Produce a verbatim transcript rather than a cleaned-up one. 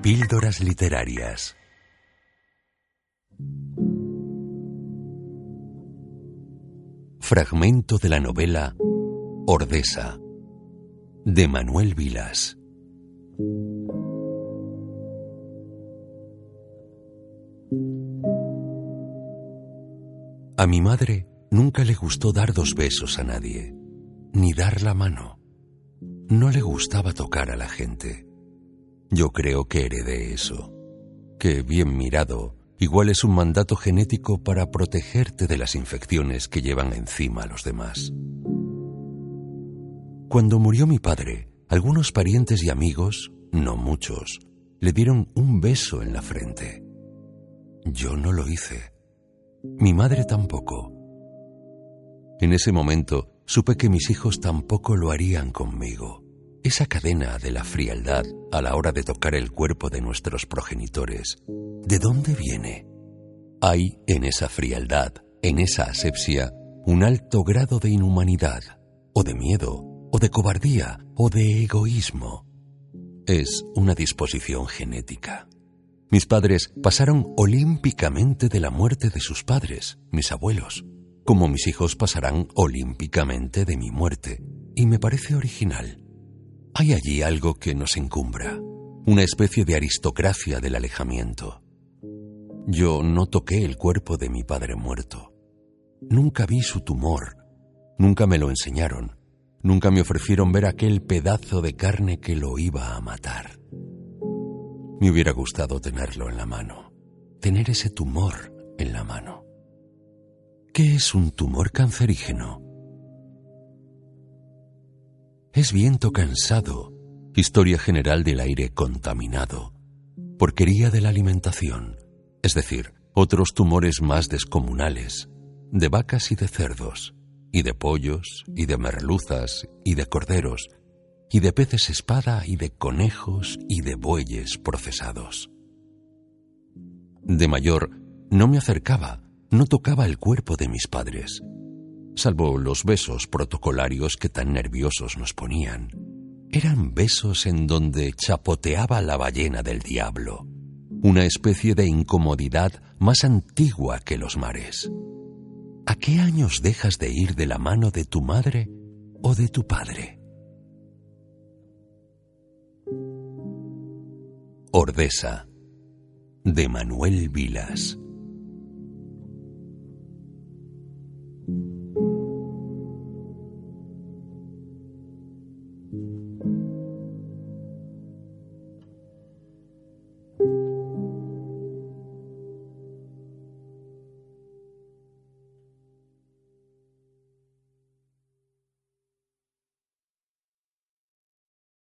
Píldoras literarias. Fragmento de la novela Ordesa, de Manuel Vilas. A mi madre nunca le gustó dar dos besos a nadie, ni dar la mano. No le gustaba tocar a la gente. Yo creo que heredé eso, que bien mirado, igual es un mandato genético para protegerte de las infecciones que llevan encima a los demás. Cuando murió mi padre, algunos parientes y amigos, no muchos, le dieron un beso en la frente. Yo no lo hice. Mi madre tampoco. En ese momento supe que mis hijos tampoco lo harían conmigo. Esa cadena de la frialdad a la hora de tocar el cuerpo de nuestros progenitores, ¿de dónde viene? Hay en esa frialdad, en esa asepsia, un alto grado de inhumanidad, o de miedo, o de cobardía, o de egoísmo. Es una disposición genética. Mis padres pasaron olímpicamente de la muerte de sus padres, mis abuelos, como mis hijos pasarán olímpicamente de mi muerte, y me parece original. Hay allí algo que nos encumbra, una especie de aristocracia del alejamiento. Yo no toqué el cuerpo de mi padre muerto. Nunca vi su tumor, nunca me lo enseñaron, nunca me ofrecieron ver aquel pedazo de carne que lo iba a matar. Me hubiera gustado tenerlo en la mano, tener ese tumor en la mano. ¿Qué es un tumor cancerígeno? Es viento cansado, historia general del aire contaminado, porquería de la alimentación, es decir, otros tumores más descomunales, de vacas y de cerdos, y de pollos, y de merluzas, y de corderos, y de peces espada, y de conejos, y de bueyes procesados. De mayor, no me acercaba, no tocaba el cuerpo de mis padres, salvo los besos protocolarios que tan nerviosos nos ponían. Eran besos en donde chapoteaba la ballena del diablo, una especie de incomodidad más antigua que los mares. ¿A qué años dejas de ir de la mano de tu madre o de tu padre? Ordesa, de Manuel Vilas.